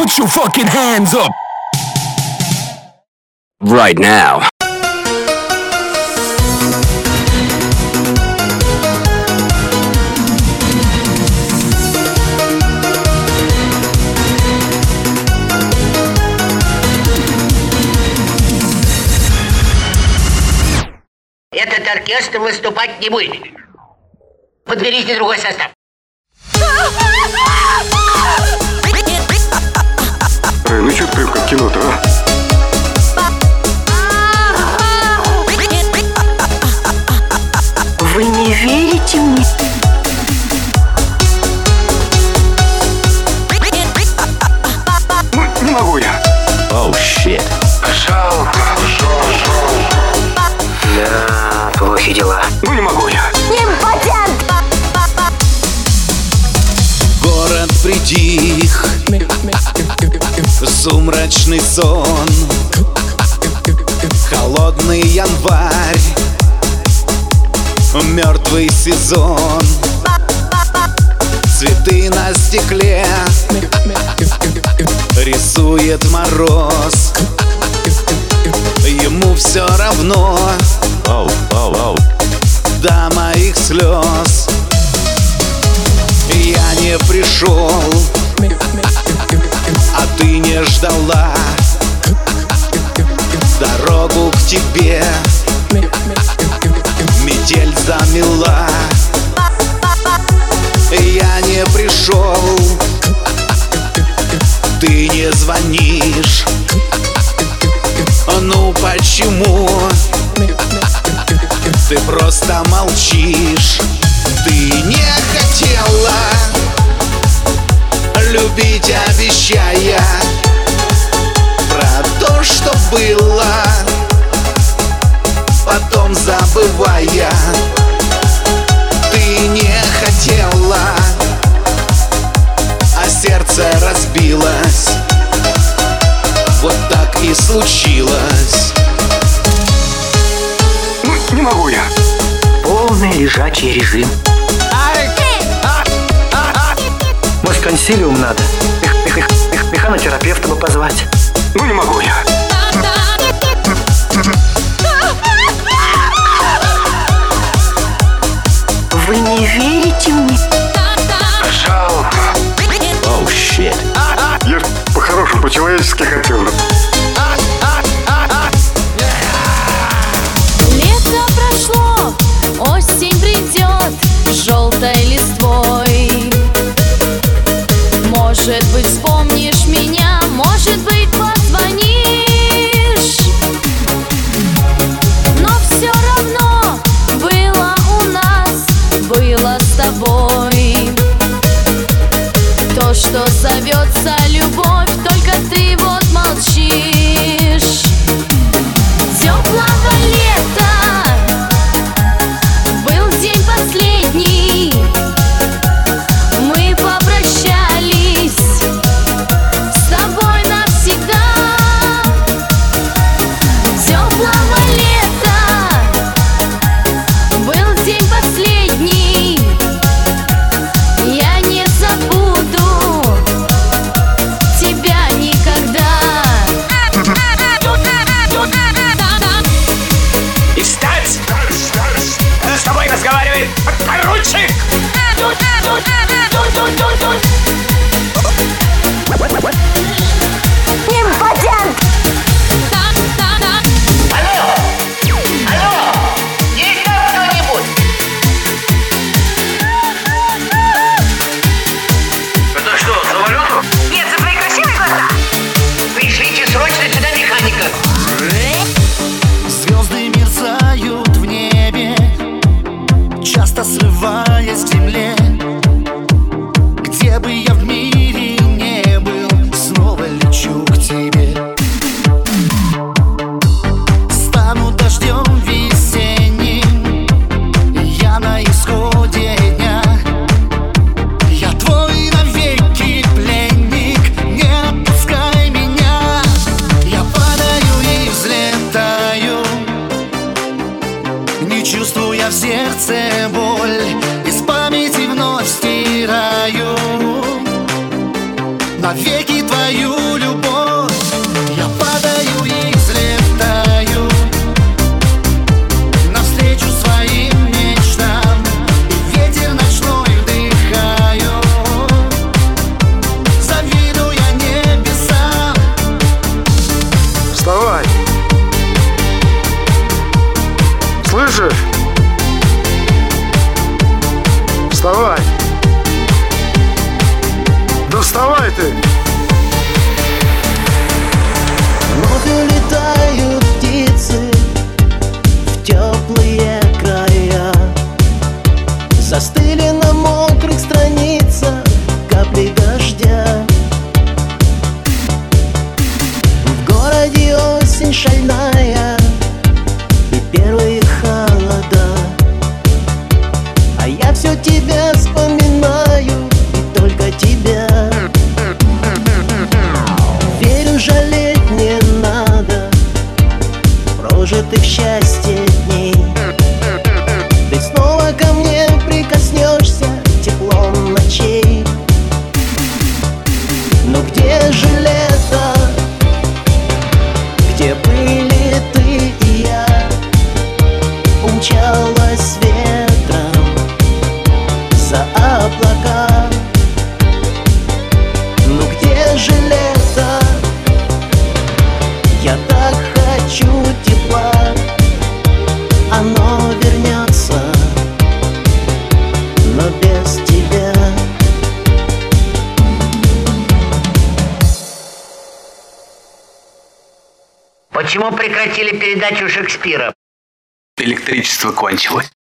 Put your fucking hands up right now. Этот оркестр выступать не будет. Подберите другой состав. Ну чё ты прям как кино-то, а? Вы не верите мне? Ну, не могу я. Oh shit. Жалко. Да, плохи дела. Ну, не могу я. Импотент! Город притих, сумрачный сон, холодный январь, мертвый сезон, цветы на стекле рисует мороз. Ему все равно до моих слез. Я не пришел, а ты не ждала дорогу к тебе. Метель замела. Я не пришел, ты не звонишь. Ну почему ты просто молчишь? Ты не хотела любить, обещая про то, что было, потом забывая. Ты не хотела, а сердце разбилось. Вот так и случилось. Ну, не могу я. Полный лежачий режим. Может, консилиум надо? Механотерапевта бы позвать. Ну, не могу я. Вы не верите мне? Жалко. Oh shit. Я ж по-хорошему, по-человечески хотел. Лето прошло, осень придет желтой листвой. Может быть, вспомнишь меня, может быть, позвонишь. Но все равно было у нас, было с тобой то, что зовется любовь, только ты вот молчишь. Теплого лета был день последний, мы попрощались с тобой навсегда. Теплого лета был день последний, я не забуду тебя никогда. И встать! С тобой разговаривает поручик! Импотент! Алло! Алло! Есть там кто-нибудь? Это что, самолету? Нет, за твои красивые глаза! Пришлите срочно сюда механика! Звезды мерцают в небе, часто срываясь к земле. Где бы я в мире не был, снова лечу к тебе. Стану дождем весенним, я на исходе дня. Я твой навеки пленник, не отпускай меня. Я падаю и взлетаю, не чувствуя в сердце боль, из памяти вновь стираю навеки твою ты? Вновь улетают птицы в теплые края. Застыли на мокрых страницах капли дождя. В городе осень шальная и первые холода. А я все тебя вспоминаю, и только тебя. Верю, жалеть не надо прожитых счастья дней. Ты снова ко мне прикоснешься теплом ночей. Но где же лето? Где были ты и я? Умчалась ветром за облака. Ну где же лето? Я так хочу тепла. Оно вернется, но без тебя. Почему прекратили передачу Шекспира? Электричество кончилось.